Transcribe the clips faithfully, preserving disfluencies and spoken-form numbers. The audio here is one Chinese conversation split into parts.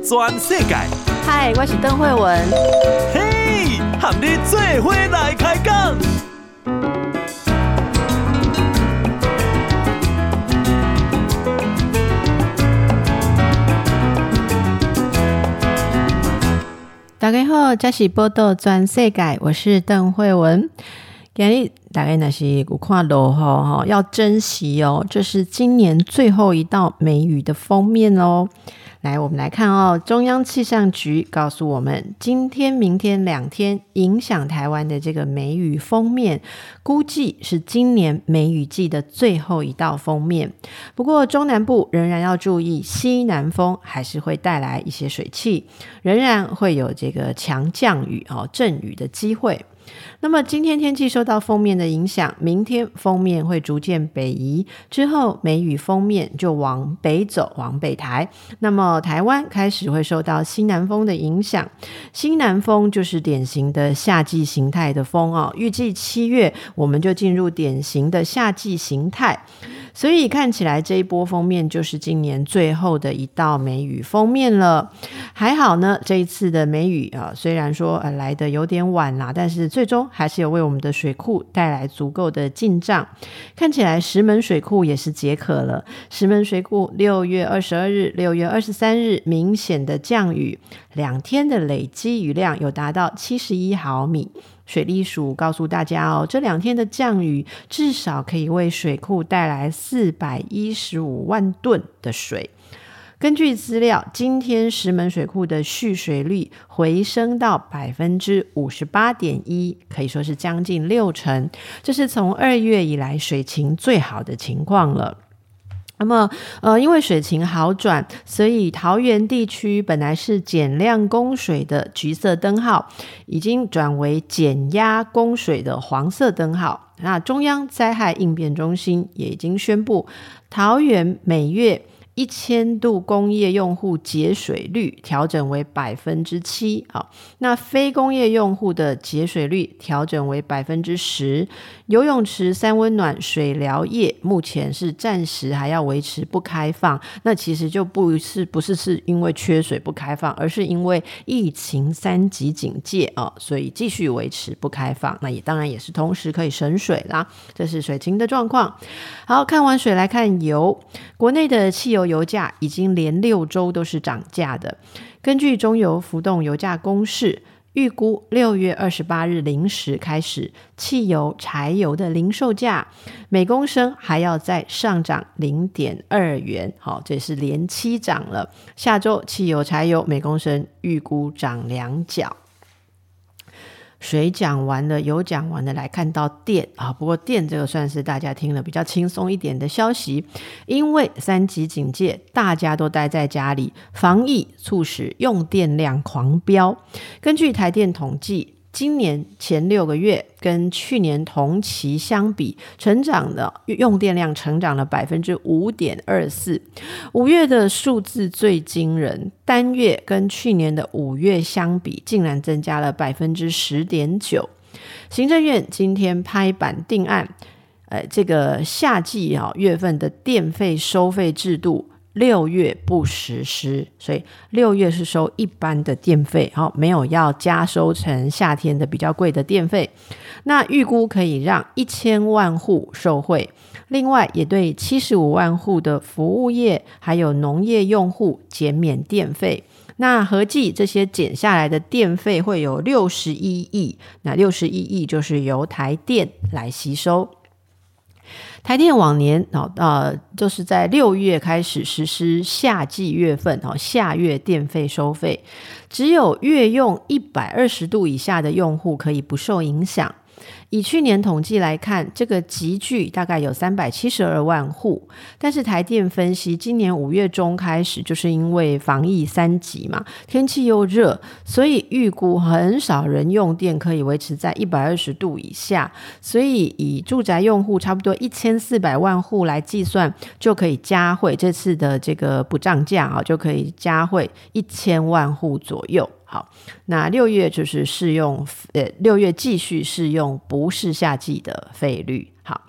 全世界。 嗨，我是邓慧文。 嘿，和你做伙来开讲。 大家好，这是报道全世界，我是邓慧文。今日大家若是有看落雨，要珍惜哦，这是今年最后一道梅雨的封面哦。来，我们来看哦，中央气象局告诉我们，今天、明天两天影响台湾的这个梅雨封面，估计是今年梅雨季的最后一道封面。不过中南部仍然要注意，西南风还是会带来一些水汽，仍然会有这个强降雨、哦、阵雨的机会。那么今天天气受到锋面的影响，明天锋面会逐渐北移，之后梅雨锋面就往北走，往北台。那么台湾开始会受到西南风的影响，西南风就是典型的夏季形态的风哦。预计七月我们就进入典型的夏季形态，所以看起来这一波锋面就是今年最后的一道梅雨锋面了。还好呢，这一次的梅雨啊，虽然说、呃、来得有点晚啦，但是最终还是有为我们的水库带来足够的进账。看起来石门水库也是解渴了，石门水库六月二十二日、六月二十三日明显的降雨，两天的累积雨量有达到七十一毫米。水利署告诉大家哦，这两天的降雨至少可以为水库带来四百一十五万吨的水。根据资料，今天石门水库的蓄水率回升到 百分之五十八点一， 可以说是将近六成，这是从二月以来水情最好的情况了。那么呃，因为水情好转，所以桃园地区本来是减量供水的橘色灯号，已经转为减压供水的黄色灯号。那中央灾害应变中心也已经宣布，桃园每月一千度工业用户节水率调整为 百分之七， 好，那非工业用户的节水率调整为 百分之十。 游泳池、三温暖、水疗业目前是暂时还要维持不开放，那其实就不是不是是因为缺水不开放，而是因为疫情三级警戒、哦、所以继续维持不开放，那也当然也是同时可以省水啦，这是水情的状况。好，看完水来看油，国内的汽油油价已经连六周都是涨价的。根据中油浮动油价公式，预估六月二十八日零时开始，汽油、柴油的零售价每公升还要再上涨 零点二元，好，这是连七涨了。下周汽油、柴油每公升预估涨两角。水讲完了，油讲完了，来看到电啊。不过电这个算是大家听了比较轻松一点的消息，因为三级警戒，大家都待在家里，防疫促使用电量狂飙。根据台电统计，今年前六个月跟去年同期相比，成长的用电量成长了 百分之五点二四。 五月的数字最惊人，单月跟去年的五月相比竟然增加了 百分之十点九。 行政院今天拍板定案，呃，这个夏季、哦、月份的电费收费制度六月不实施，所以六月是收一般的电费、哦、没有要加收成夏天的比较贵的电费。那预估可以让一千万户受惠，另外也对七十五万户的服务业还有农业用户减免电费。那合计这些减下来的电费会有六十一亿，那六十一亿就是由台电来吸收。台电往年、哦呃、就是在六月开始实施夏季月份、哦、夏月电费收费，只有月用一百二十度以下的用户可以不受影响。以去年统计来看，这个集聚大概有三百七十二万户，但是台电分析，今年五月中开始，就是因为防疫三级嘛，天气又热，所以预估很少人用电可以维持在一百二十度以下，所以以住宅用户差不多一千四百万户来计算，就可以加惠这次的这个不涨价、啊、就可以加惠一千万户左右。好，那六月就是适用，呃，六月继续适用不是夏季的费率。好，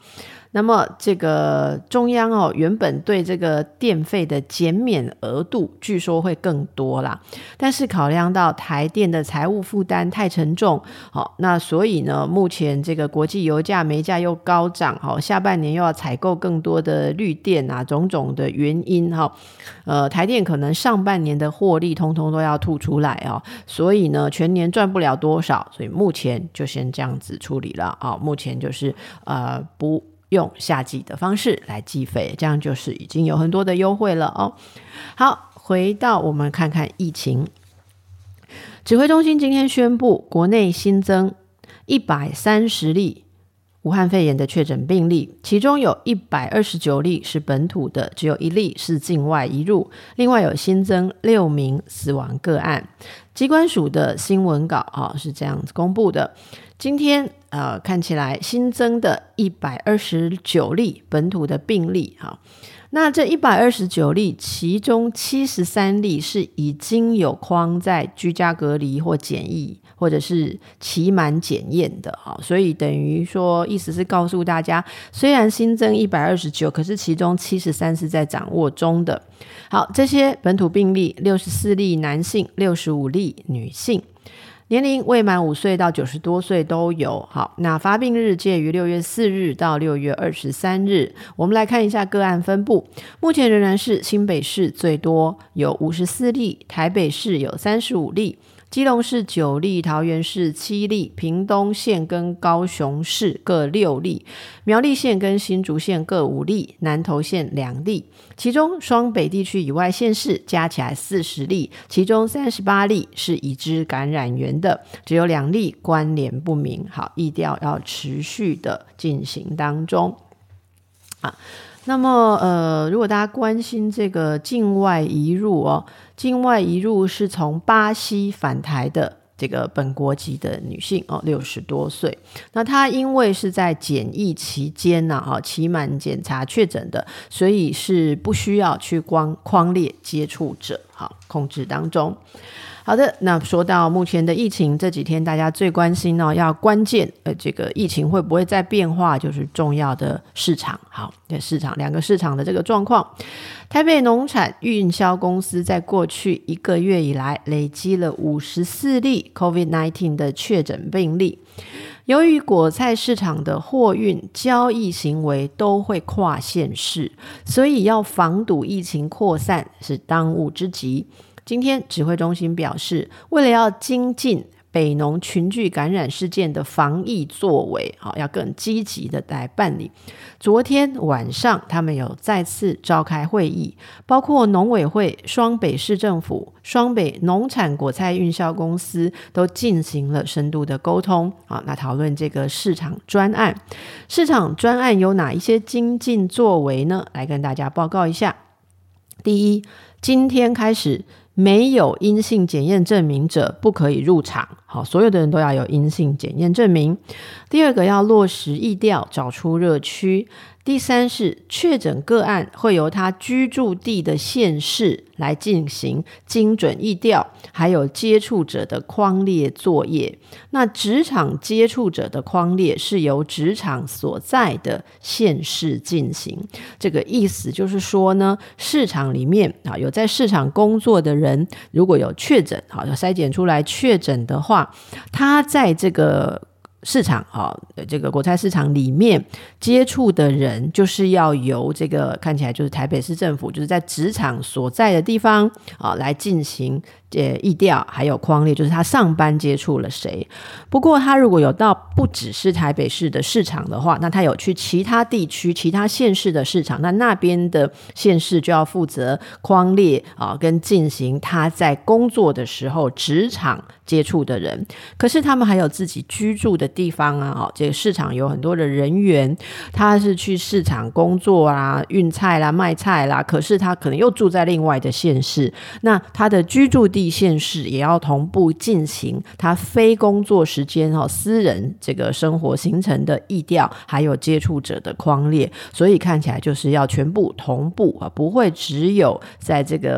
那么这个中央哦，原本对这个电费的减免额度据说会更多啦，但是考量到台电的财务负担太沉重，好，那所以呢，目前这个国际油价、煤价又高涨，好，下半年又要采购更多的绿电啊，种种的原因哈，呃，台电可能上半年的获利通通都要吐出来哦，所以呢，全年赚不了多少，所以目前就先这样子处理了啊，目前就是呃不。用夏季的方式来计费，这样就是已经有很多的优惠了哦。好，回到我们看看疫情，指挥中心今天宣布，国内新增一百三十例武汉肺炎的确诊病例，其中有一百二十九例是本土的，只有一例是境外移入，另外有新增六名死亡个案。疾管署的新闻稿、哦、是这样子公布的，今天呃看起来新增的一百二十九例本土的病例、哦、那这一百二十九例其中七十三例是已经有框在居家隔离或检疫或者是期满检验的、哦、所以等于说意思是告诉大家，虽然新增一百二十九，可是其中七十三是在掌握中的。好，这些本土病例六十四例男性，六十五例女性，年龄未满五岁到九十多岁都有。好，那发病日介于六月四日到六月二十三日。我们来看一下个案分布，目前仍然是新北市最多，有五十四例，台北市有三十五例，基隆市九例，桃园市七例，屏东县跟高雄市各六例，苗栗县跟新竹县各五例，南投县两例，其中双北地区以外县市加起来四十例，其中三十八例是已知感染源的，只有两例关联不明。好，疫调要持续的进行当中啊。那么呃，如果大家关心这个境外移入哦，境外移入是从巴西返台的这个本国籍的女性哦，六十多岁，那她因为是在检疫期间呢、啊，期满检查确诊的，所以是不需要去光匡列接触者，好，控制当中。好的，那说到目前的疫情，这几天大家最关心呢、哦，要关键呃，这个疫情会不会再变化，就是重要的市场。好，市场两个市场的这个状况，台北农产运销公司在过去一个月以来累积了五十四例 COVID 十九 的确诊病例。由于果菜市场的货运交易行为都会跨县市，所以要防堵疫情扩散是当务之急。今天指挥中心表示，为了要精进北农群聚感染事件的防疫作为，要更积极的来办理。昨天晚上他们有再次召开会议，包括农委会、双北市政府、双北农产果菜运销公司都进行了深度的沟通，那讨论这个市场专案。市场专案有哪一些精进作为呢？来跟大家报告一下。第一，今天开始没有阴性检验证明者不可以入场，好，所有的人都要有阴性检验证明。第二个，要落实疫调，找出热区。第三是确诊个案会由他居住地的县市来进行精准疫调，还有接触者的匡列作业。那职场接触者的匡列是由职场所在的县市进行，这个意思就是说呢，市场里面啊有在市场工作的人，如果有确诊，好，筛检出来确诊的话，他在这个市场、哦、这个果菜市场里面接触的人，就是要由这个看起来就是台北市政府就是在职场所在的地方、哦、来进行呃疫调，还有匡列，就是他上班接触了谁。不过他如果有到不只是台北市的市场的话，那他有去其他地区其他县市的市场，那那边的县市就要负责匡列、啊、跟进行他在工作的时候职场接触的人。可是他们还有自己居住的地方啊，哦、这个市场有很多的人员，他是去市场工作啊，运菜啦卖菜啦，可是他可能又住在另外的县市，那他的居住地县市也要同步进行他非工作时间、哦、私人这个生活形成的疫调，还有接触者的匡列，所以看起来就是要全部同步、啊、不会只有在这个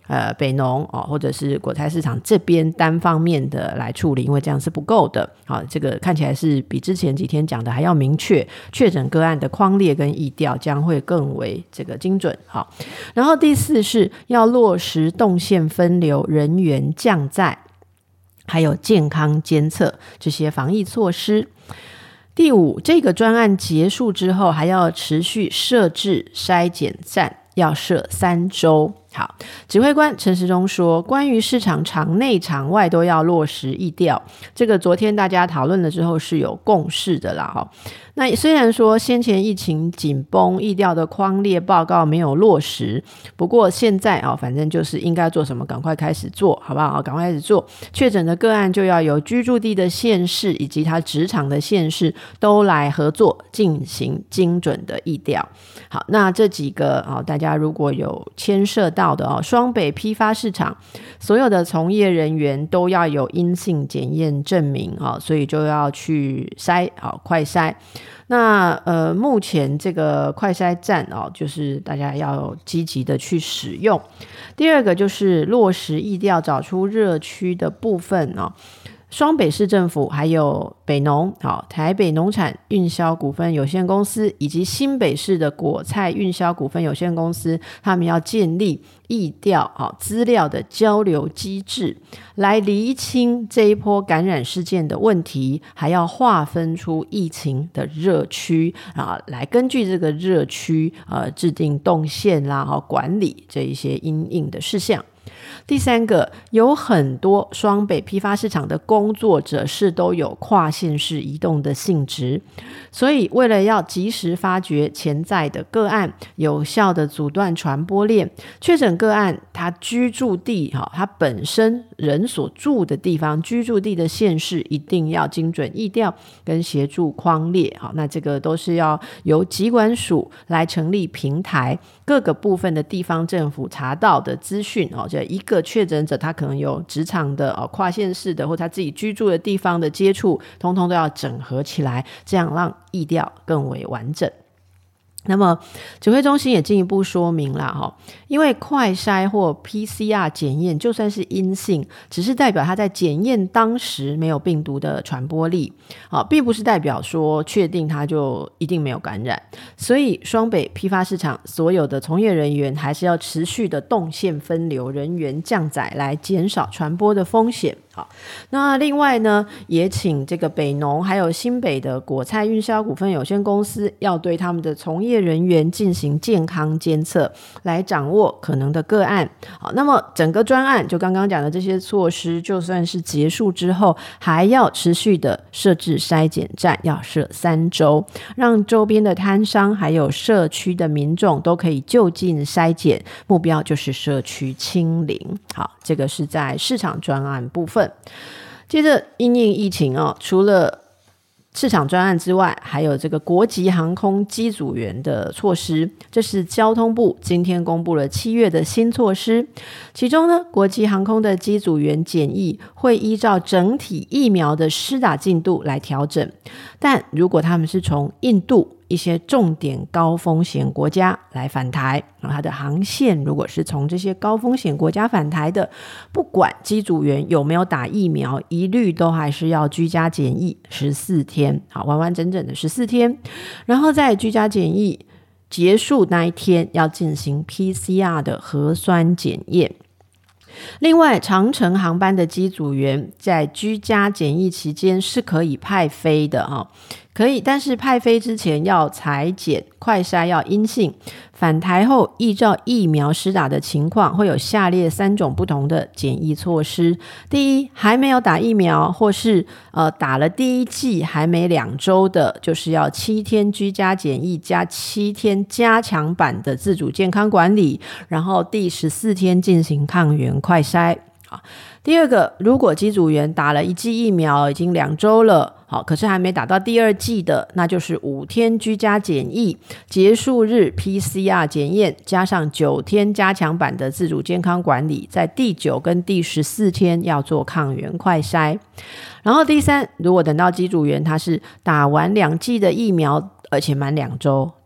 呃北农哦，或者是果菜市场这边单方面的来处理，因为这样是不够的。好，这个看起来是比之前几天讲的还要明确，确诊个案的匡列跟疫调将会更为这个精准。好，然后第四是要落实动线分流、人员降载，还有健康监测这些防疫措施。第五，这个专案结束之后还要持续设置筛检站，要设三周。好，指挥官陈时中说，关于市场场内场外都要落实疫调，这个昨天大家讨论了之后是有共识的啦。那虽然说先前疫情紧绷，疫调的匡列报告没有落实，不过现在啊，反正就是应该做什么赶快开始做，好不好？赶快开始做，确诊的个案就要由居住地的县市以及他职场的县市都来合作进行精准的疫调。好，那这几个啊，大家如果有牵涉到的哦，双北批发市场所有的从业人员都要有阴性检验证明哦，所以就要去筛哦，快筛。那呃，目前这个快筛站哦，就是大家要积极的去使用。第二个就是落实疫调，找出热区的部分哦。双北市政府还有北农、好台北农产运销股份有限公司以及新北市的果菜运销股份有限公司，他们要建立疫调好资料的交流机制，来厘清这一波感染事件的问题，还要划分出疫情的热区啊，来根据这个热区呃制定动线啦，好管理这一些因应的事项。第三个，有很多双北批发市场的工作者是都有跨县市移动的性质，所以为了要及时发掘潜在的个案，有效的阻断传播链，确诊个案他居住地他本身人所住的地方居住地的县市一定要精准疫调跟协助匡列。好，那这个都是要由疾管署来成立平台，各个部分的地方政府查到的资讯，就一个确诊者他可能有职场的、哦、跨县市的或他自己居住的地方的接触，通通都要整合起来，这样让疫调更为完整。那么指挥中心也进一步说明啦，因为快筛或 P C R 检验就算是阴性，只是代表它在检验当时没有病毒的传播力，并不是代表说确定它就一定没有感染。所以双北批发市场所有的从业人员还是要持续的动线分流，人员降载，来减少传播的风险。好，那另外呢，也请这个北农还有新北的果菜运销股份有限公司要对他们的从业人员进行健康监测，来掌握可能的个案。好，那么整个专案就刚刚讲的这些措施，就算是结束之后，还要持续的设置筛检站，要设三周，让周边的摊商还有社区的民众都可以就近筛检，目标就是社区清零。好，这个是在市场专案部分。接着因应疫情哦，除了市场专案之外，还有这个国际航空机组员的措施，这是交通部今天公布了七月的新措施。其中呢，国际航空的机组员检疫会依照整体疫苗的施打进度来调整，但如果他们是从印度一些重点高风险国家来返台，然后它的航线如果是从这些高风险国家返台的，不管机组员有没有打疫苗，一律都还是要居家检疫十四天，好，完完整整的十四天，然后在居家检疫结束那一天要进行 P C R 的核酸检验。另外，长程航班的机组员在居家检疫期间是可以派飞的、哦、可以，但是派飞之前要采检快筛要阴性，返台后依照疫苗施打的情况，会有下列三种不同的检疫措施。第一，还没有打疫苗或是呃打了第一剂还没两周的，就是要七天居家检疫加七天加强版的自主健康管理，然后第十四天进行抗原快筛。好，第二个，如果机组员打了一剂疫苗已经两周了，好，可是还没打到第二剂的，那就是五天居家检疫，结束日 P C R 检验，加上九天加强版的自主健康管理，在第九跟第十四天要做抗原快筛。然后第三，如果等到机组员他是打完两剂的疫苗，而且满两周，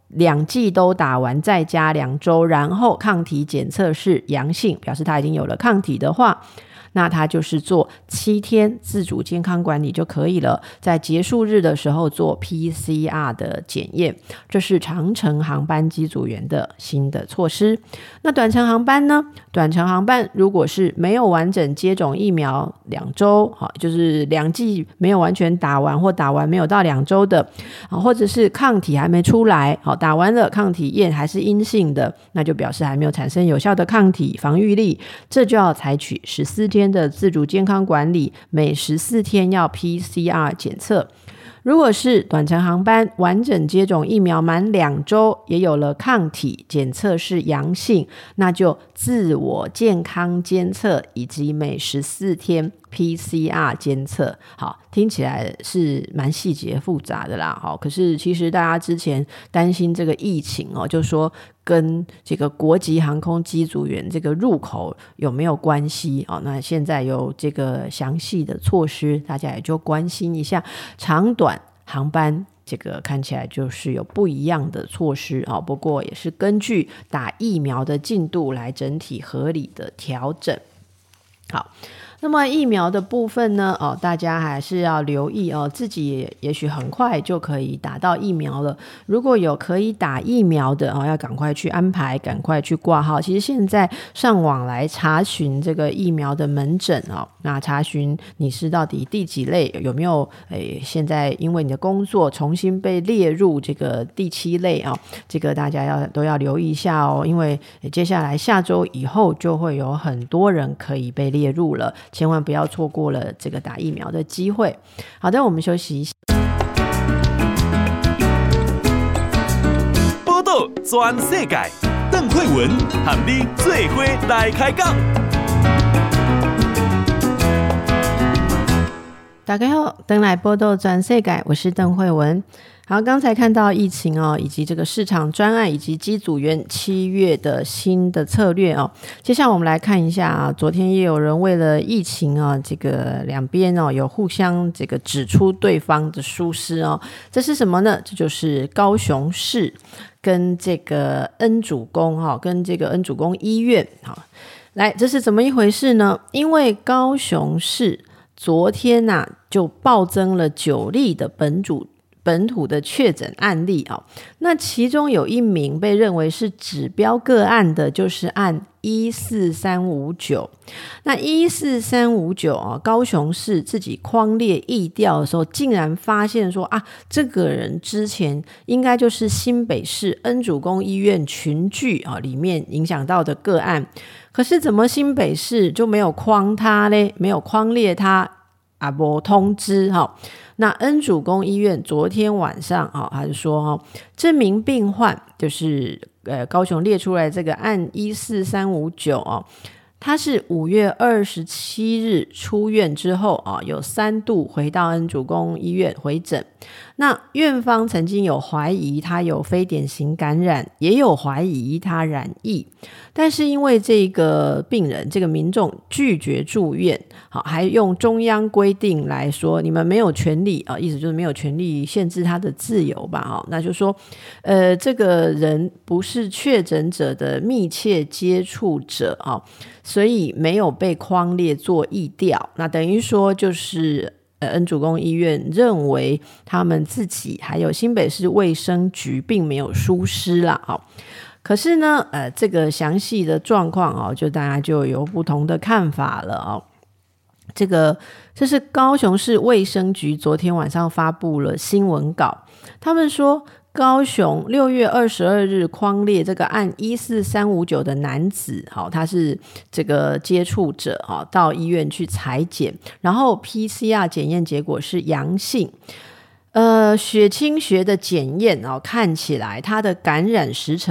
两剂都打完再加两周，然后抗体检测是阳性，表示他已经有了抗体的话，那他就是做七天自主健康管理就可以了，在结束日的时候做 P C R 的检验。这是长程航班机组员的新的措施。那短程航班呢？短程航班如果是没有完整接种疫苗两周，就是两剂没有完全打完或打完没有到两周的，或者是抗体还没出来，打完了抗体验还是阴性的，那就表示还没有产生有效的抗体防御力，这就要采取十四天的自主健康管理，每十四天要 P C R 检测。如果是短程航班完整接种疫苗满两周，也有了抗体检测是阳性，那就自我健康监测以及每十四天 P C R 监测。好，听起来是蛮细节复杂的啦。好，可是其实大家之前担心这个疫情哦，就说跟这个国际航空机组员这个入口有没有关系哦？那现在有这个详细的措施，大家也就关心一下长短航班。这个看起来就是有不一样的措施、哦、不过也是根据打疫苗的进度来整体合理的调整。好，那么疫苗的部分呢、哦、大家还是要留意哦，自己 也, 也许很快就可以打到疫苗了。如果有可以打疫苗的、哦、要赶快去安排，赶快去挂号。其实现在上网来查询这个疫苗的门诊、哦、那查询你是到底第几类，有没有诶现在因为你的工作重新被列入这个第七类、哦、这个大家要都要留意一下哦，因为接下来下周以后就会有很多人可以被列入了，千万不要错过了这个打疫苗的机会。好的，我们休息一下。 报道全世界，邓慧文和你做伙来开讲。 大家好，回来报道全世界，我是邓慧文。好，刚才看到疫情哦，以及这个市场专案以及机组员七月的新的策略哦。接下来我们来看一下啊，昨天也有人为了疫情啊，这个两边哦有互相这个指出对方的疏失哦。这是什么呢？这就是高雄市跟这个恩主公哈、哦，跟这个恩主公医院哈、哦。来，这是怎么一回事呢？因为高雄市昨天呐、啊、就暴增了九例的本主。本土的确诊案例、哦、那其中有一名被认为是指标个案的，就是案一四三五九。那一四三五九、哦、高雄市自己匡列疫调的时候，竟然发现说啊，这个人之前应该就是新北市恩主公医院群聚、哦、里面影响到的个案，可是怎么新北市就没有匡他呢？没有匡列他啊，没通知、哦、那恩主公医院昨天晚上、哦、他就说、哦、这名病患就是呃高雄列出来这个案一四三五九哦，他是五月二十七日出院之后、哦、有三度回到恩主公医院回诊。那院方曾经有怀疑他有非典型感染，也有怀疑他染疫，但是因为这个病人这个民众拒绝住院，好，还用中央规定来说你们没有权利、啊、意思就是没有权利限制他的自由吧、哦、那就说呃，这个人不是确诊者的密切接触者、哦、所以没有被匡列做疫调。那等于说就是呃，恩主公医院认为他们自己还有新北市卫生局并没有疏失啦、哦、可是呢呃，这个详细的状况、哦、就大家就有不同的看法了、哦、这个这是高雄市卫生局昨天晚上发布了新闻稿，他们说高雄六月二十二日匡列这个案一四三五九的男子、哦、他是这个接触者、哦、到医院去采检，然后 P C R 检验结果是阳性，呃，血清学的检验、哦、看起来他的感染时程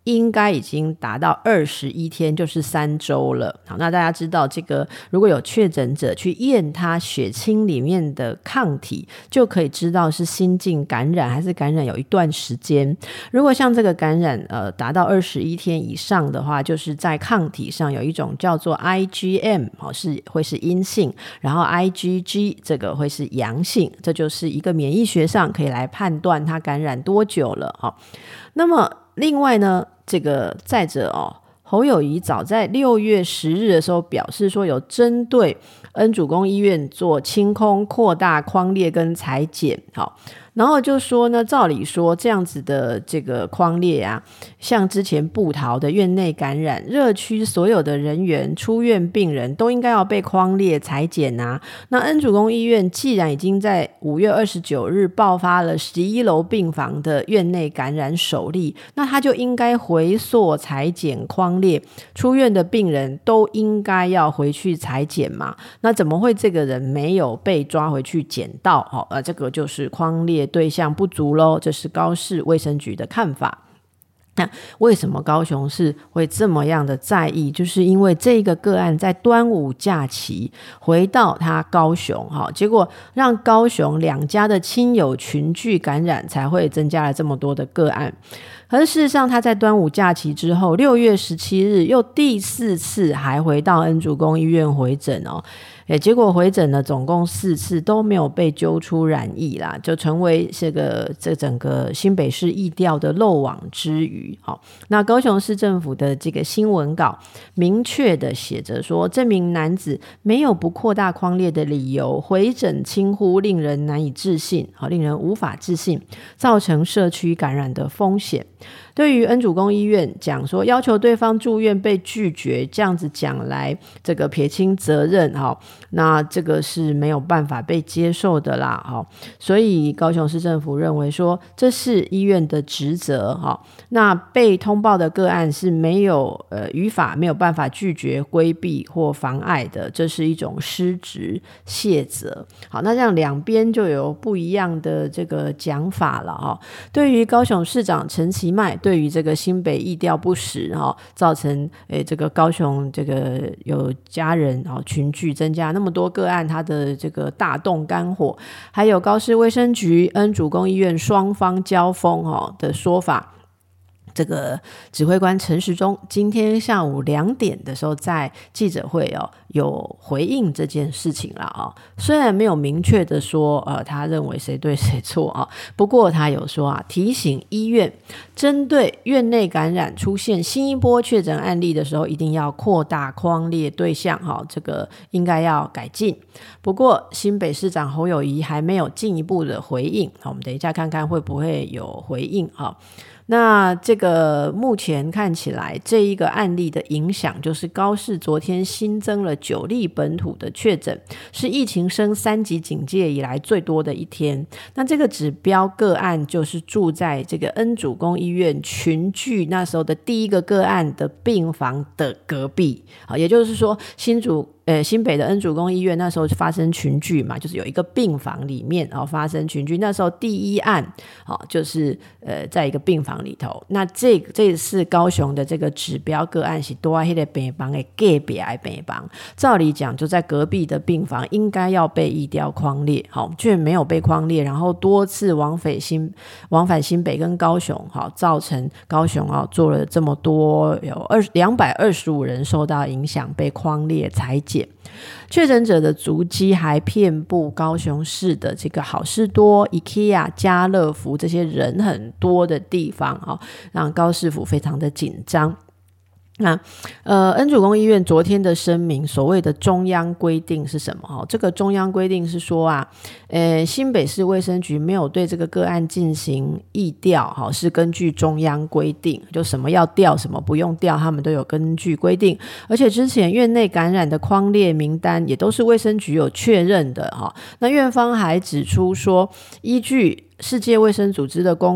应该已经达到二十一天，就是三周了。好，那大家知道这个如果有确诊者去验他血清里面的抗体，就可以知道是新近感染还是感染有一段时间。如果像这个感染呃达到二十一天以上的话，就是在抗体上有一种叫做 I G M、哦、是会是阴性，然后 I G G 这个会是阳性，这就是一个免疫学上可以来判断他感染多久了、哦、那么另外呢，这个再者哦，侯友宜早在六月十日的时候表示说，有针对恩主公医院做清空、扩大匡列跟裁剪，好。然后就说呢，照理说这样子的这个匡列啊，像之前部桃的院内感染，热区所有的人员、出院病人都应该要被匡列裁剪啊。那恩主公医院既然已经在五月二十九日爆发了十一楼病房的院内感染首例，那他就应该回溯裁剪匡列，出院的病人都应该要回去裁剪嘛。那怎么会这个人没有被抓回去检到？哦，呃，这个就是匡列对象不足咯，这是高市卫生局的看法。那为什么高雄市会这么样的在意？就是因为这个个案在端午假期回到他高雄，结果让高雄两家的亲友群聚感染，才会增加了这么多的个案。可是事实上他在端午假期之后六月十七日又第四次还回到恩主公医院回诊哦，诶结果回诊呢总共四次都没有被揪出染疫啦，就成为这个这整个新北市疫调的漏网之鱼。好，那高雄市政府的这个新闻稿明确的写着说，这名男子没有不扩大匡列的理由，回诊轻忽令人难以置信，好，令人无法置信，造成社区感染的风险。对于恩主公医院讲说要求对方住院被拒绝，这样子讲来这个撇清责任，那这个是没有办法被接受的啦。所以高雄市政府认为说这是医院的职责，那被通报的个案是没有呃语法没有办法拒绝规避或妨碍的，这是一种失职卸责。好，那这样两边就有不一样的这个讲法了。对于高雄市长陈其迈对于这个新北疫调不实、哦、造成诶这个高雄这个有家人、哦、群聚增加那么多个案，他的这个大动肝火，还有高市卫生局恩主公医院双方交锋、哦、的说法，这个指挥官陈时中今天下午两点的时候在记者会哦有回应这件事情啦哦，虽然没有明确的说呃他认为谁对谁错啊，不过他有说啊提醒医院针对院内感染出现新一波确诊案例的时候，一定要扩大匡列对象哈、哦，这个应该要改进。不过新北市长侯友宜还没有进一步的回应，我们等一下看看会不会有回应哈、哦。那这个目前看起来这一个案例的影响，就是高市昨天新增了九例本土的确诊，是疫情升三级警戒以来最多的一天。那这个指标个案就是住在这个恩主公医院群聚那时候的第一个个案的病房的隔壁，也就是说新竹呃，新北的恩主公医院那时候发生群聚嘛，就是有一个病房里面、哦、发生群聚，那时候第一案、哦、就是呃在一个病房里头。那这这次高雄的这个指标个案是住在那个病房的隔壁的病房，照理讲就在隔壁的病房应该要被疫调匡列、哦、却没有被匡列，然后多次往返新往返新北跟高雄、哦、造成高雄、哦、做了这么多，有两百二十五人受到影响被匡列裁剪。确诊者的足迹还遍布高雄市的这个好事多、 IKEA、 家乐福这些人很多的地方、哦、让高市府非常的紧张。那呃，恩主公医院昨天的声明，所谓的中央规定是什么？哦，这个中央规定是说啊，呃，新北市卫生局没有对这个个案进行疫调，哦，是根据中央规定，就什么要调，什么不用调，他们都有根据规定。而且之前院内感染的匡列名单也都是卫生局有确认的，哦，那院方还指出说，依据世界卫生组织的公告，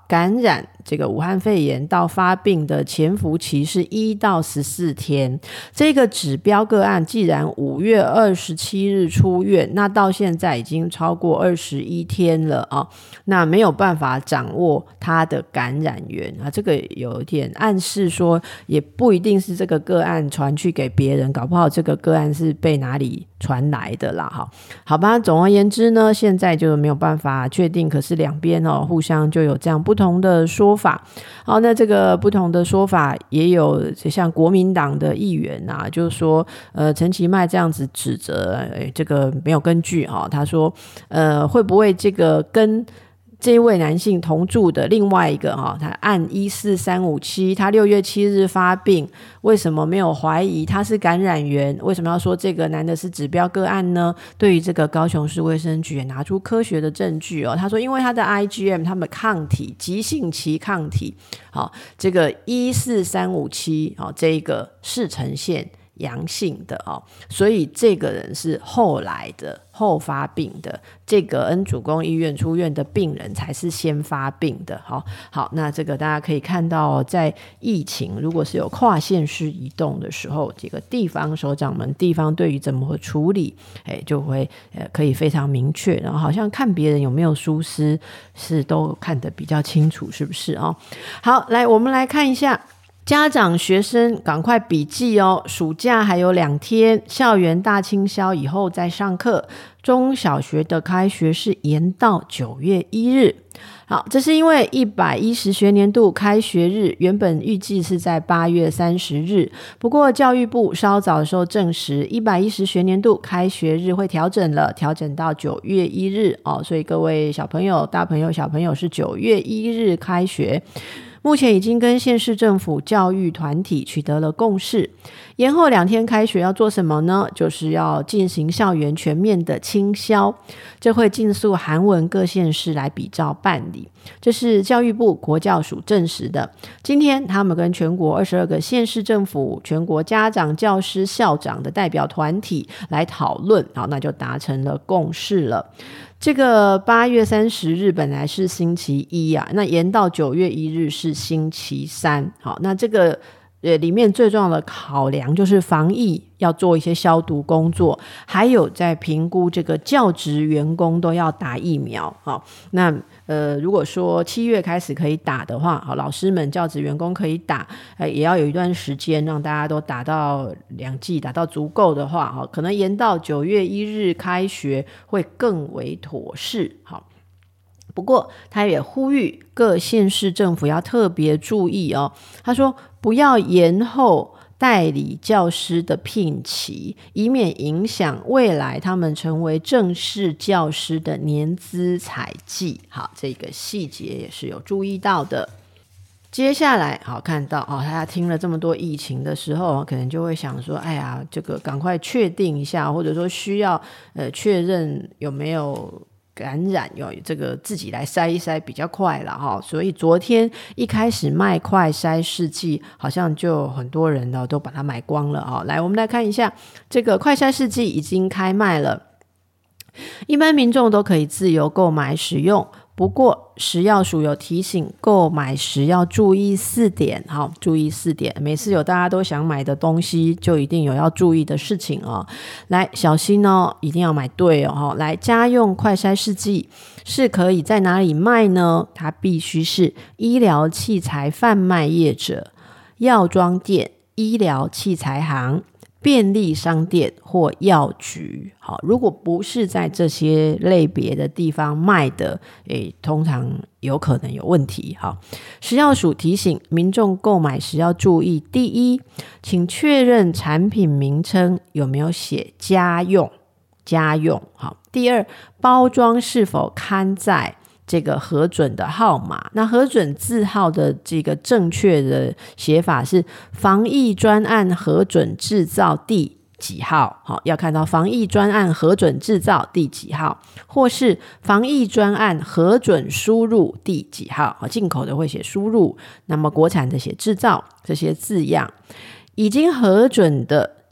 感染这个武汉肺炎到发病的潜伏期是一到十四天。这个指标个案既然五月二十七日出院，那到现在已经超过二十一天了啊，那没有办法掌握他的感染源啊，这个有点暗示说也不一定是这个个案传去给别人，搞不好这个个案是被哪里传来的啦。好，好吧，总而言之呢，现在就没有办法确定，可是两边哦互相就有这样不同的说法。好，那这个不同的说法也有像国民党的议员啊，就是说呃陈其迈这样子指责、哎、这个没有根据哈、哦，他说呃会不会这个跟这一位男性同住的另外一个哈，他按一四三五七，他六月七日发病，为什么没有怀疑他是感染源？为什么要说这个男的是指标个案呢？对于这个高雄市卫生局也拿出科学的证据哦，他说因为他的 I G M 他们抗体急性期抗体，好，这个一四三五七好，这个是呈现阳性的哦，所以这个人是后来的后发病的，这个恩主公医院出院的病人才是先发病的。好，好，那这个大家可以看到、哦、在疫情如果是有跨县市移动的时候，这个地方首长们地方对于怎么处理、哎、就会、呃、可以非常明确，然后好像看别人有没有疏失是都看得比较清楚，是不是、哦、好，来我们来看一下家长学生赶快笔记哦，暑假还有两天，校园大清消以后再上课，中小学的开学是延到九月一日。好，这是因为一百一十学年度开学日原本预计是在八月三十日，不过教育部稍早的时候证实一百一十学年度开学日会调整了，调整到九月一日哦，所以各位小朋友大朋友小朋友是九月一日开学。目前已经跟县市政府教育团体取得了共识，延后两天开学要做什么呢？就是要进行校园全面的清消，这会尽速函文各县市来比照办理，这是教育部国教署证实的。今天他们跟全国二十二个县市政府、全国家长、教师、校长的代表团体来讨论，好，那就达成了共识了。这个八月三十日本来是星期一啊，那延到九月一日是星期三。好，那这个呃里面最重要的考量就是防疫要做一些消毒工作，还有在评估这个教职员工都要打疫苗。好，那呃如果说七月开始可以打的话，好，老师们教职员工可以打、呃、也要有一段时间让大家都打到两剂，打到足够的话，好，可能延到九月一日开学会更为妥适。好，不过他也呼吁各县市政府要特别注意哦，他说不要延后代理教师的聘期，以免影响未来他们成为正式教师的年资采计。好，这个细节也是有注意到的。接下来好看到哦，大家听了这么多疫情的时候，可能就会想说，哎呀，这个赶快确定一下，或者说需要呃确认有没有感染，有这个自己来筛一筛比较快了哈。所以昨天一开始卖快筛试剂，好像就很多人呢都把它买光了哈。来，我们来看一下这个快筛试剂已经开卖了，一般民众都可以自由购买使用。不过食药署有提醒，购买时要注意四点。好，注意四点，每次有大家都想买的东西，就一定有要注意的事情哦。来，小心哦，一定要买对哦。来，家用快筛试剂是可以在哪里卖呢？它必须是医疗器材贩卖业者、药妆店、医疗器材行、便利商店或药局。好，如果不是在这些类别的地方卖的，诶，通常有可能有问题。好，食药署提醒民众购买时要注意：第一，请确认产品名称有没有写家用，家用。好，第二，包装是否刊载这个核准的号码。那核准字号的这个正确的写法是防疫专案核准制造第几号。好，要看到防疫专案核准制造第几号，或是防疫专案核准输入第几号。好，进口的会写输入，那么国产的写制造，这些字样。已经核准的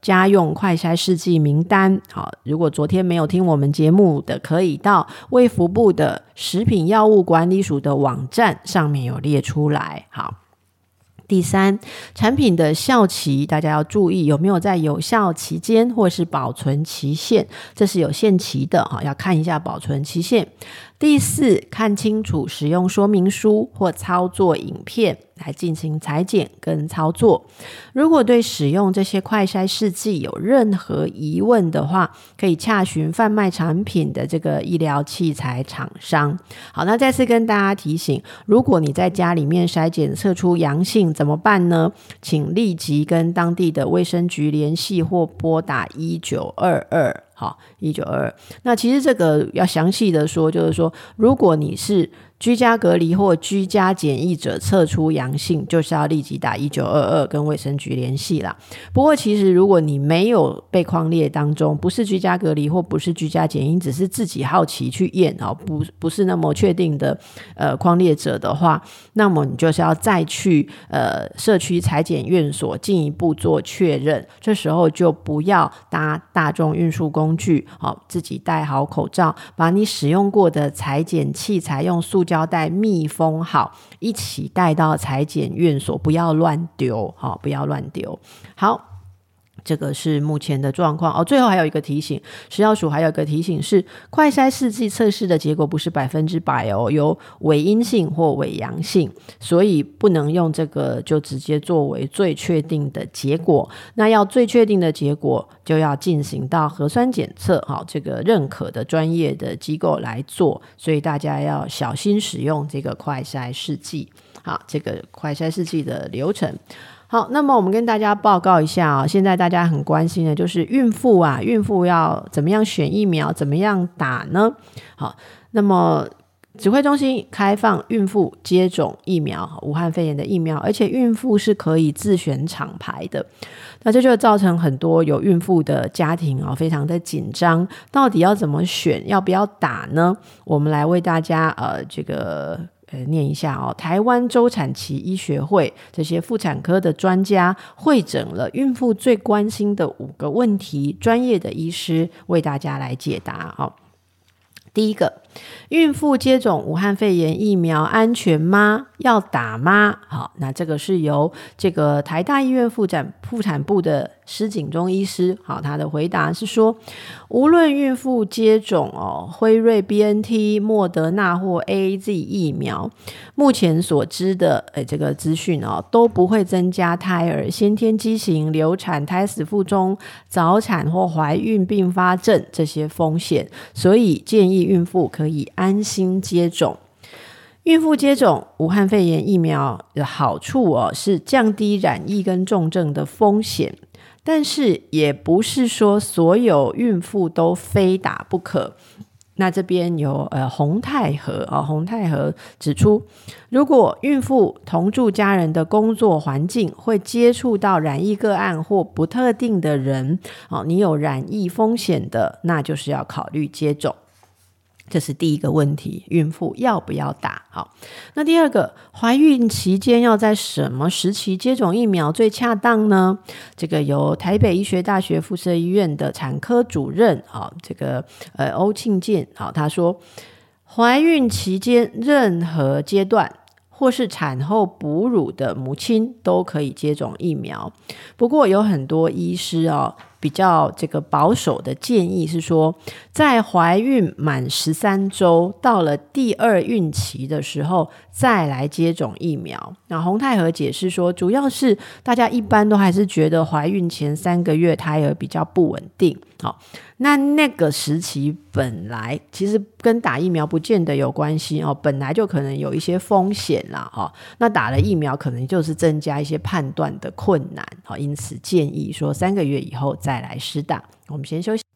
家用快筛试剂名单。好，如果昨天没有听我们节目的，可以到卫福部的食品药物管理署的网站上面有列出来。好，第三，产品的效期大家要注意有没有在有效期间或是保存期限，这是有限期的，要看一下保存期限。第四，看清楚使用说明书或操作影片来进行裁剪跟操作。如果对使用这些快筛试剂有任何疑问的话，可以洽询贩卖产品的这个医疗器材厂商。好，那再次跟大家提醒，如果你在家里面筛检测出阳性怎么办呢？请立即跟当地的卫生局联系或拨打一九二二。好，一九二二。那其实这个要详细的说，就是说如果你是居家隔离或居家检疫者测出阳性，就是要立即打一九二二跟卫生局联系啦。不过其实如果你没有被匡列当中，不是居家隔离或不是居家检疫，只是自己好奇去验，不, 不是那么确定的呃匡列者的话，那么你就是要再去呃社区采检院所进一步做确认。这时候就不要搭大众运输工具，好，自己戴好口罩，把你使用过的采检器材用塑胶胶带密封好，一起带到采检院所，不要乱丢，好，不要乱丢。好，这个是目前的状况哦。最后还有一个提醒，食药署还有一个提醒是，快筛试剂测试的结果不是百分之百哦，有伪阴性或伪阳性，所以不能用这个就直接作为最确定的结果。那要最确定的结果，就要进行到核酸检测，好，这个认可的专业的机构来做，所以大家要小心使用这个快筛试剂。好，这个快筛试剂的流程。好，那么我们跟大家报告一下啊、哦，现在大家很关心的就是孕妇啊，孕妇要怎么样选疫苗，怎么样打呢？好，那么指挥中心开放孕妇接种疫苗，武汉肺炎的疫苗，而且孕妇是可以自选厂牌的。那这就造成很多有孕妇的家庭哦，非常的紧张，到底要怎么选，要不要打呢？我们来为大家呃这个。呃，念一下哦，台湾周产期医学会这些妇产科的专家汇整了孕妇最关心的五个问题，专业的医师为大家来解答。哦，第一个，孕妇接种武汉肺炎疫苗安全吗？要打吗？好，那这个是由这个台大医院妇产妇产部的施景忠医师，好，他的回答是说，无论孕妇接种哦辉瑞 B N T、莫德纳或 A Z 疫苗，目前所知的呃这个资讯哦，都不会增加胎儿先天畸形、流产、胎死腹中、早产或怀孕并发症这些风险，所以建议孕妇可以安心接种。孕妇接种武汉肺炎疫苗的好处哦，是降低染疫跟重症的风险，但是也不是说所有孕妇都非打不可。那这边有呃洪泰和啊、哦，洪泰和指出，如果孕妇同住家人的工作环境会接触到染疫个案或不特定的人，哦，你有染疫风险的，那就是要考虑接种。这是第一个问题，孕妇要不要打？好，那第二个，怀孕期间要在什么时期接种疫苗最恰当呢？这个由台北医学大学附设医院的产科主任，好，这个呃欧庆健，好，他说，怀孕期间任何阶段或是产后哺乳的母亲都可以接种疫苗，不过有很多医师哦。比较这个保守的建议是说，在怀孕满十三周到了第二孕期的时候再来接种疫苗。那洪泰和解释说，主要是大家一般都还是觉得怀孕前三个月胎儿比较不稳定，好，那那个时期本来其实跟打疫苗不见得有关系哦，本来就可能有一些风险啦，哦，那打了疫苗可能就是增加一些判断的困难，哦，因此建议说三个月以后再来施打。我们先休息。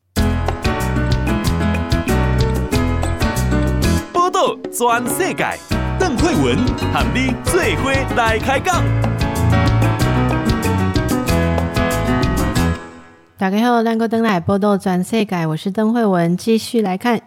报道全世界，邓惠文和你做伙来开讲。 大家好，咱个登来报道全世界，我是邓惠文，继续来看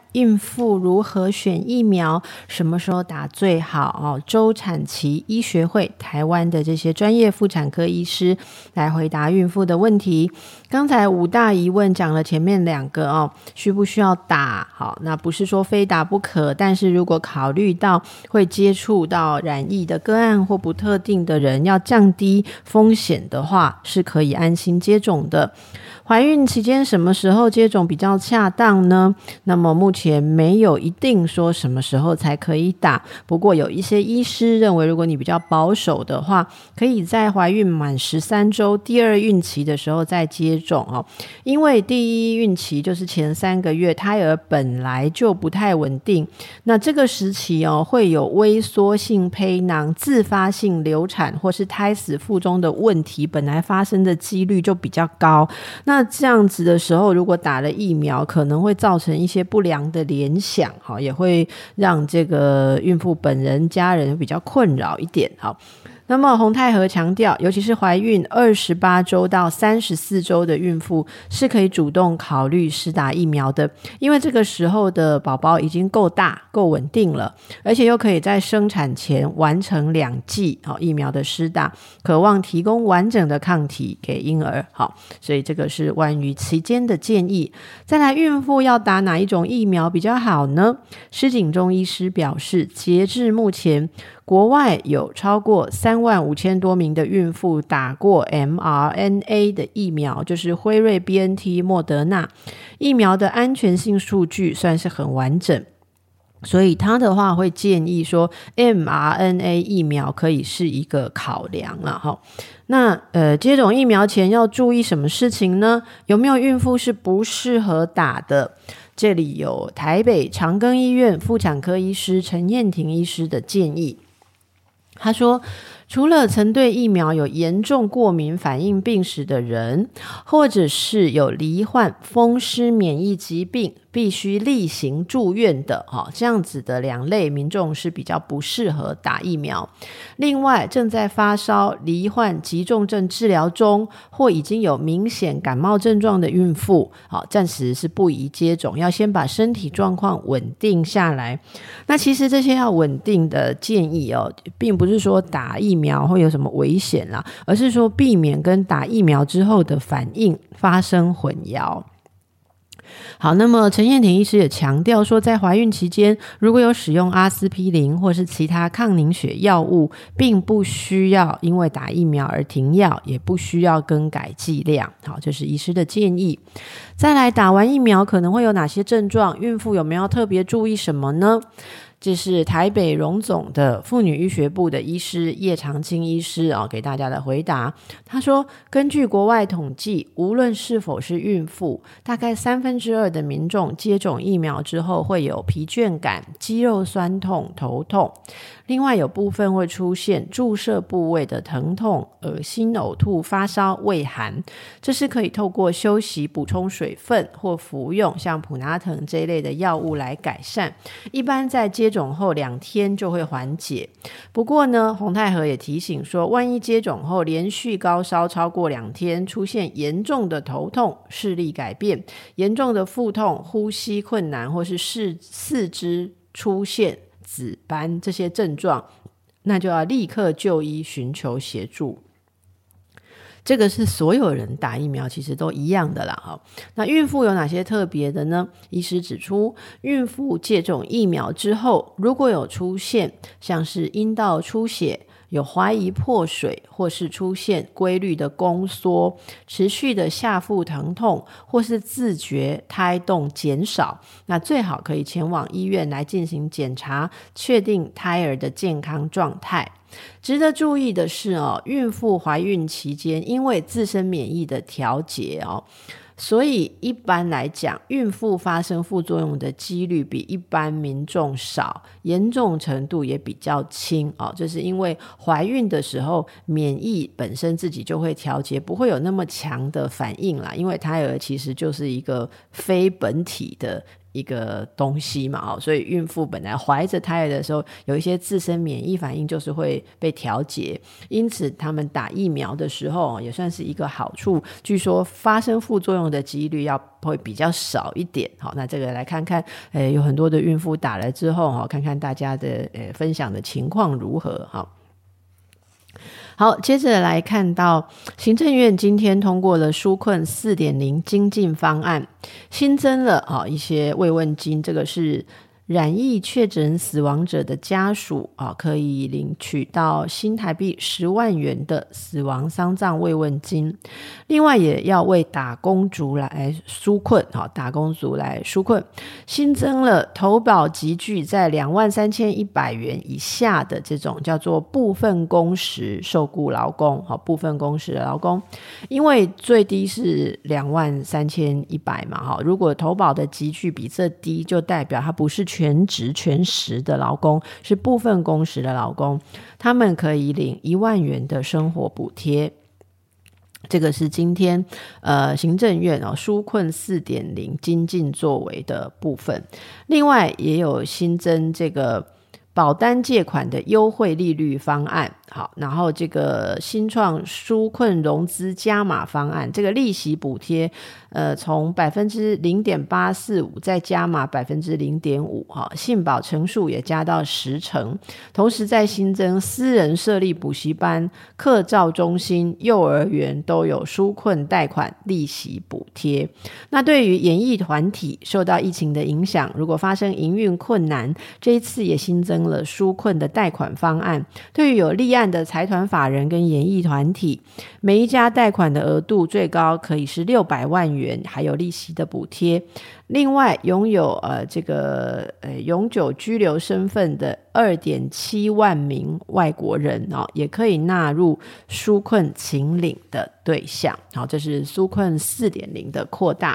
孕妇如何选疫苗，什么时候打最好哦？周产期医学会台湾的这些专业妇产科医师来回答孕妇的问题。刚才五大疑问讲了前面两个哦，需不需要打？好，那不是说非打不可，但是如果考虑到会接触到染疫的个案或不特定的人，要降低风险的话，是可以安心接种的。怀孕期间什么时候接种比较恰当呢？那么目前没有一定说什么时候才可以打，不过有一些医师认为，如果你比较保守的话，可以在怀孕满十三周第二孕期的时候再接种哦。因为第一孕期就是前三个月，胎儿本来就不太稳定，那这个时期哦会有萎缩性胚囊、自发性流产或是胎死腹中的问题，本来发生的几率就比较高。那这样子的时候，如果打了疫苗，可能会造成一些不良的联想，也会让这个孕妇本人、家人比较困扰一点。那么洪泰和强调，尤其是怀孕二十八周到三十四周的孕妇是可以主动考虑施打疫苗的，因为这个时候的宝宝已经够大够稳定了，而且又可以在生产前完成两剂、哦、疫苗的施打，渴望提供完整的抗体给婴儿。好，所以这个是关于期间的建议。再来，孕妇要打哪一种疫苗比较好呢？施景中医师表示，截至目前国外有超过三万五千多名的孕妇打过 M R N A 的疫苗，就是辉瑞、B N T、莫德纳疫苗的安全性数据算是很完整，所以他的话会建议说 M R N A 疫苗可以是一个考量了。那呃，接种疫苗前要注意什么事情呢？有没有孕妇是不适合打的？这里有台北长庚医院妇产科医师陈燕婷医师的建议。他说，除了曾对疫苗有严重过敏反应病史的人，或者是有罹患风湿免疫疾病必须例行住院的、哦、这样子的两类民众是比较不适合打疫苗。另外，正在发烧、罹患急重症治疗中或已经有明显感冒症状的孕妇、哦、暂时是不宜接种，要先把身体状况稳定下来。那其实这些要稳定的建议哦，并不是说打疫苗会有什么危险啦，而是说避免跟打疫苗之后的反应发生混淆。好，那么陈燕婷医师也强调说，在怀孕期间如果有使用阿司匹林或是其他抗凝血药物，并不需要因为打疫苗而停药，也不需要更改剂量。好，这是医师的建议。再来，打完疫苗可能会有哪些症状？孕妇有没有特别注意什么呢？这是台北荣总的妇女医学部的医师叶长青医师、哦、给大家的回答。他说，根据国外统计，无论是否是孕妇，大概三分之二的民众接种疫苗之后会有疲倦感、肌肉酸痛、头痛。另外有部分会出现注射部位的疼痛、恶心、呕吐、发烧、畏寒，这是可以透过休息、补充水分或服用像普拿疼这一类的药物来改善，一般在接种后两天就会缓解。不过呢，洪泰和也提醒说，万一接种后连续高烧超过两天，出现严重的头痛、视力改变、严重的腹痛、呼吸困难或是四肢出现紫斑这些症状，那就要立刻就医寻求协助。这个是所有人打疫苗其实都一样的啦。那孕妇有哪些特别的呢？医师指出，孕妇接种疫苗之后，如果有出现像是阴道出血、有怀疑破水，或是出现规律的宫缩、持续的下腹疼痛，或是自觉胎动减少，那最好可以前往医院来进行检查，确定胎儿的健康状态。值得注意的是哦，孕妇怀孕期间因为自身免疫的调节哦，所以一般来讲，孕妇发生副作用的几率比一般民众少，严重程度也比较轻哦。这是因为怀孕的时候免疫本身自己就会调节，不会有那么强的反应啦，因为胎儿其实就是一个非本体的一个东西嘛，所以孕妇本来怀着胎儿的时候有一些自身免疫反应就是会被调节，因此他们打疫苗的时候也算是一个好处，据说发生副作用的几率要会比较少一点。好，那这个来看看、呃、有很多的孕妇打了之后看看大家的、呃、分享的情况如何。好好，接着来看到行政院今天通过了纾困 四点零 精进方案，新增了、哦、一些慰问金，这个是染疫确诊死亡者的家属、哦、可以领取到新台币十万元的死亡丧葬慰问金，另外也要为打工族来纾困、哦、打工族来纾困，新增了投保集聚在两万三千一百元以下的这种叫做部分工时受雇劳工、哦、部分工时的劳工，因为最低是两万三千一百嘛、哦、如果投保的集聚比这低，就代表它不是全职全时的劳工，是部分工时的劳工，他们可以领一万元的生活补贴。这个是今天呃行政院哦纾困 四点零 精进作为的部分，另外也有新增这个保单借款的优惠利率方案，好，然后这个新创纾困融资加码方案，这个利息补贴呃，从 百分之零点八四五 再加码 百分之零点五， 信保成数也加到十成，同时再新增私人设立补习班、课照中心、幼儿园都有纾困贷款利息补贴。那对于演艺团体受到疫情的影响，如果发生营运困难，这一次也新增了纾困的贷款方案，对于有立案的财团法人跟演艺团体，每一家贷款的额度最高可以是六百万元，还有利息的补贴。另外拥有呃这个呃永久居留身份的 二点七万名外国人、哦、也可以纳入纾困请领的对象。好，这是纾困 四点零 的扩大。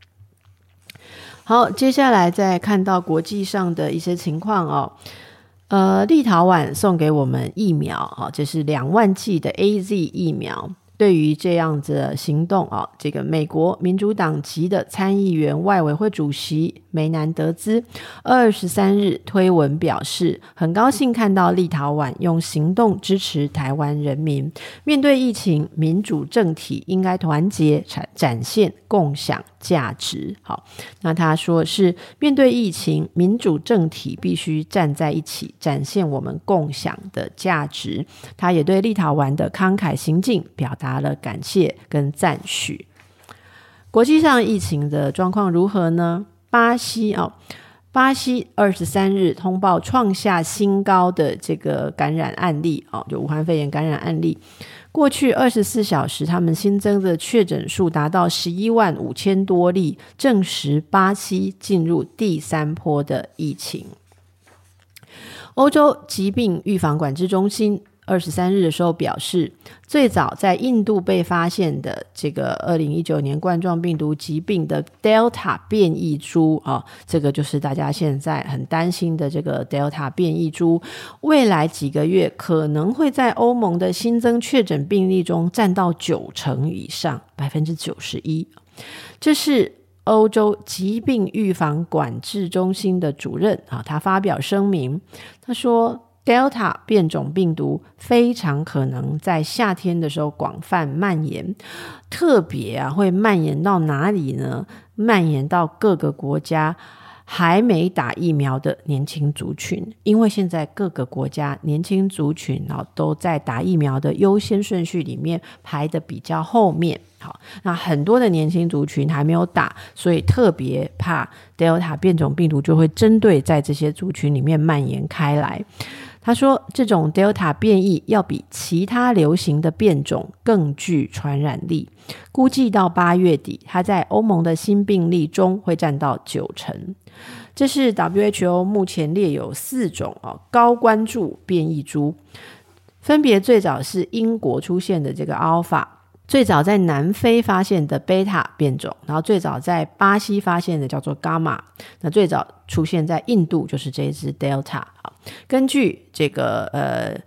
好，接下来再看到国际上的一些情况哦。呃，立陶宛送给我们疫苗、哦、这是两万剂的 A Z 疫苗。对于这样子的行动、哦、这个美国民主党籍的参议员外委会主席梅南德兹二十三日推文表示，很高兴看到立陶宛用行动支持台湾人民，面对疫情，民主政体应该团结展现共享价值。好，那他说是面对疫情，民主政体必须站在一起，展现我们共享的价值。他也对立陶宛的慷慨行径表达了感谢跟赞许。国际上疫情的状况如何呢？巴西哦，巴西二十三日通报创下新高的这个感染案例、哦、就武汉肺炎感染案例。过去二十四小时他们新增的确诊数达到十一万五千多例，证实巴西进入第三波的疫情。欧洲疾病预防管制中心二十三日的时候表示，最早在印度被发现的这个二零一九年冠状病毒疾病的 Delta 变异株、哦、这个就是大家现在很担心的这个 Delta 变异株，未来几个月可能会在欧盟的新增确诊病例中占到九成以上， 百分之九十一。 这是欧洲疾病预防管制中心的主任、啊、他发表声明，他说Delta 变种病毒非常可能在夏天的时候广泛蔓延，特别啊会蔓延到哪里呢？蔓延到各个国家还没打疫苗的年轻族群，因为现在各个国家年轻族群、哦、都在打疫苗的优先顺序里面排得比较后面。好，那很多的年轻族群还没有打，所以特别怕 Delta 变种病毒就会针对在这些族群里面蔓延开来。他说这种 Delta 变异要比其他流行的变种更具传染力，估计到八月底它在欧盟的新病例中会占到九成。这是 W H O 目前列有四种、哦、高关注变异株，分别最早是英国出现的这个 Alpha，最早在南非发现的贝塔变种，然后最早在巴西发现的叫做伽马，那最早出现在印度就是这一支 Delta。 根据这个呃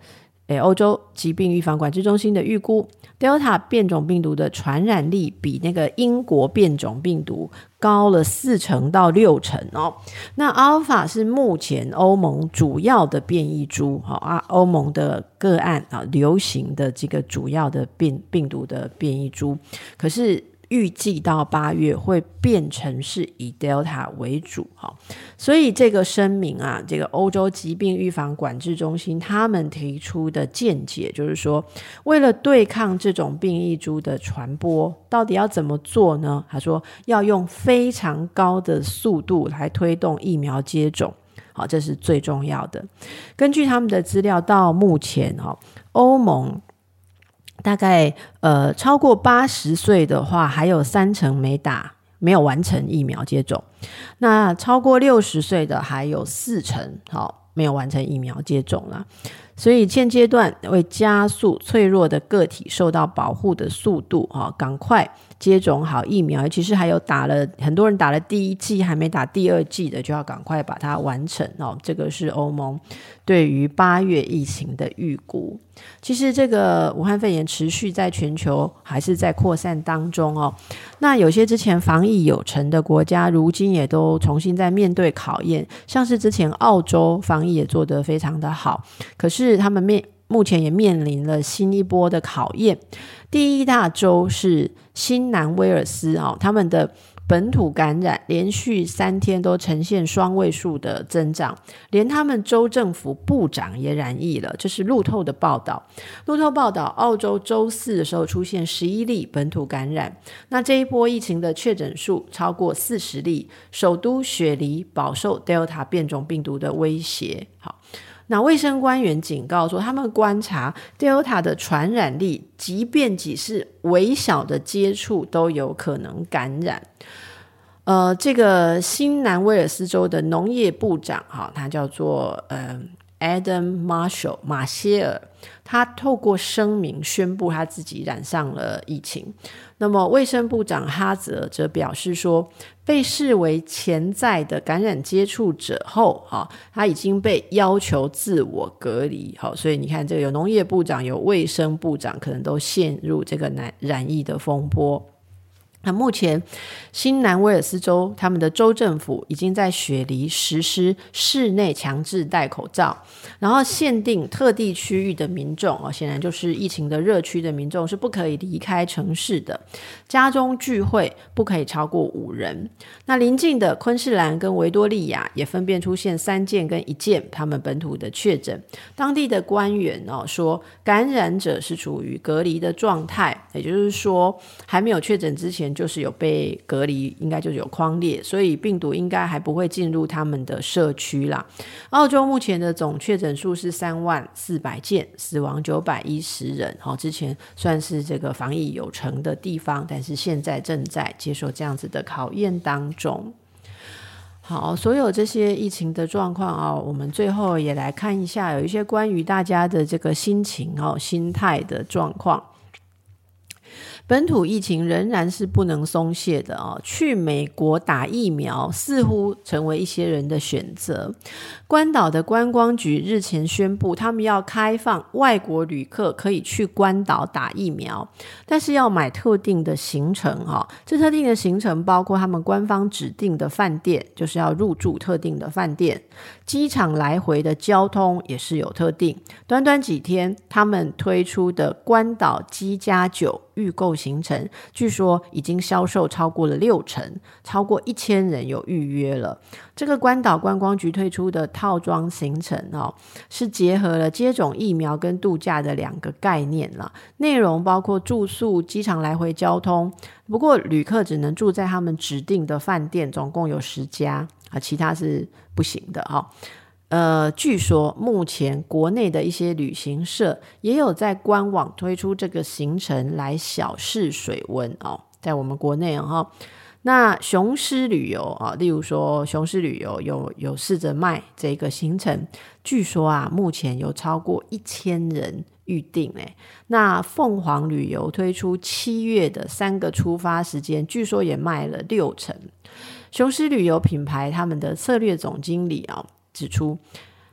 诶欧洲疾病预防管制中心的预估 Delta 变种病毒的传染力比那个英国变种病毒高了四成到六成哦。那 Alpha 是目前欧盟主要的变异株、哦、啊，欧盟的个案啊，流行的这个主要的病病毒的变异株，可是预计到八月会变成是以 Delta 为主、哦、所以这个声明啊，这个欧洲疾病预防管制中心他们提出的见解就是说，为了对抗这种变异株的传播，到底要怎么做呢？他说要用非常高的速度来推动疫苗接种，好，这是最重要的。根据他们的资料，到目前、哦、欧盟大概呃超过八十岁的话，还有三成没打，没有完成疫苗接种。那超过六十岁的还有四成、哦、没有完成疫苗接种啦。所以现阶段为加速脆弱的个体受到保护的速度、哦、赶快接种好疫苗，尤其是还有打了很多人打了第一剂还没打第二剂的，就要赶快把它完成、哦、这个是欧盟对于八月疫情的预估。其实这个武汉肺炎持续在全球还是在扩散当中哦。那有些之前防疫有成的国家，如今也都重新在面对考验，像是之前澳洲防疫也做得非常的好，可是他们面目前也面临了新一波的考验。第一大州是新南威尔斯、哦、他们的本土感染连续三天都呈现双位数的增长，连他们州政府部长也染疫了，这是路透的报道。路透报道，澳洲周四的时候出现十一例本土感染，那这一波疫情的确诊数超过四十例，首都雪梨饱受 Delta 变种病毒的威胁。好，那卫生官员警告说，他们观察 Delta 的传染力，即便只是微小的接触都有可能感染。呃，这个新南威尔斯州的农业部长、哦、他叫做、呃、Adam Marshall 马歇尔，他透过声明宣布他自己染上了疫情。那么卫生部长哈泽则表示说，被视为潜在的感染接触者后、哦、他已经被要求自我隔离、哦、所以你看，这个有农业部长有卫生部长可能都陷入这个染疫的风波。那目前新南威尔斯州他们的州政府已经在雪梨实施室内强制戴口罩，然后限定特地区域的民众、哦、显然就是疫情的热区的民众是不可以离开城市的，家中聚会不可以超过五人。那邻近的昆士兰跟维多利亚也分别出现三件跟一件他们本土的确诊，当地的官员、哦、说感染者是处于隔离的状态，也就是说还没有确诊之前就是有被隔离，应该就是有匡列，所以病毒应该还不会进入他们的社区啦。澳洲目前的总确诊数是三万四百件，死亡九百一十人、哦、之前算是这个防疫有成的地方，但是现在正在接受这样子的考验当中。好，所有这些疫情的状况、哦、我们最后也来看一下，有一些关于大家的这个心情、哦、心态的状况。本土疫情仍然是不能松懈的、哦、去美国打疫苗似乎成为一些人的选择。关岛的观光局日前宣布，他们要开放外国旅客可以去关岛打疫苗，但是要买特定的行程、哦、这特定的行程包括他们官方指定的饭店，就是要入住特定的饭店，机场来回的交通也是有特定。短短几天他们推出的关岛机加酒预购行程据说已经销售超过了六成，超过一千人有预约了。这个关岛观光局推出的套装行程、哦、是结合了接种疫苗跟度假的两个概念啦，内容包括住宿、机场来回交通，不过旅客只能住在他们指定的饭店，总共有十家、啊、其他是不行的、哦呃，据说目前国内的一些旅行社也有在官网推出这个行程来小试水温、哦、在我们国内、哦、那雄狮旅游、哦、例如说雄狮旅游有有试着卖这个行程，据说啊目前有超过一千人预定。那凤凰旅游推出七月的三个出发时间，据说也卖了六成。雄狮旅游品牌他们的策略总经理、哦指出，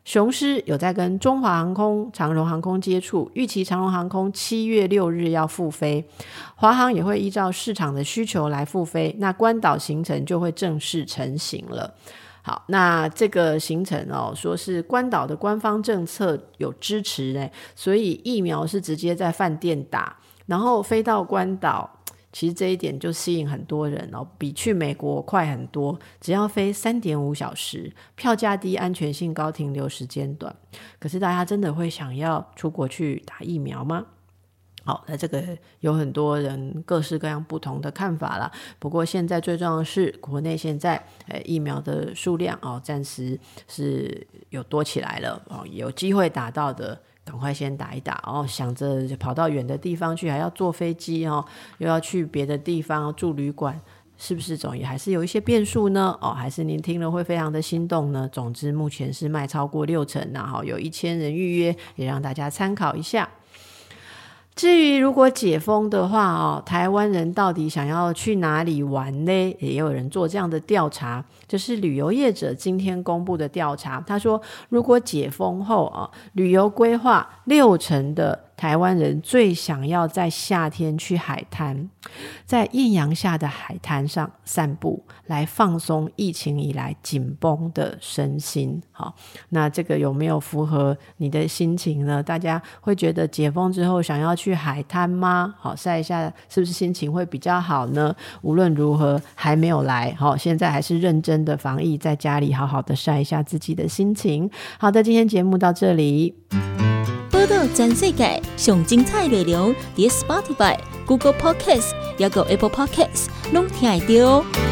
雄狮有在跟中华航空、长荣航空接触，预期长荣航空七月六日要复飞，华航也会依照市场的需求来复飞，那关岛行程就会正式成型了。好，那这个行程哦，说是关岛的官方政策有支持呢，所以疫苗是直接在饭店打，然后飞到关岛，其实这一点就吸引很多人哦，比去美国快很多，只要飞 三点五小时，票价低，安全性高，停留时间短。可是大家真的会想要出国去打疫苗吗？好，那这个有很多人各式各样不同的看法啦。不过现在最重要的是，国内现在呃疫苗的数量哦，暂时是有多起来了哦，有机会打到的赶快先打一打哦，想着跑到远的地方去，还要坐飞机哦，又要去别的地方住旅馆，是不是总也还是有一些变数呢？哦，还是您听了会非常的心动呢？总之目前是卖超过六成，然后有一千人预约，也让大家参考一下。至于如果解封的话哦，台湾人到底想要去哪里玩呢？也有人做这样的调查，这是旅游业者今天公布的调查。他说，如果解封后啊，旅游规划六成的台湾人最想要在夏天去海滩，在艳阳下的海滩上散步，来放松疫情以来紧绷的身心。好，那这个有没有符合你的心情呢？大家会觉得解封之后想要去海滩吗？好，晒一下是不是心情会比较好呢？无论如何还没有来，好，现在还是认真的防疫，在家里好好的晒一下自己的心情。好的，今天节目到这里。 报道全世界上精彩内容，伫 Spotify、Google Podcast 也有 Apple Podcast 拢听得到。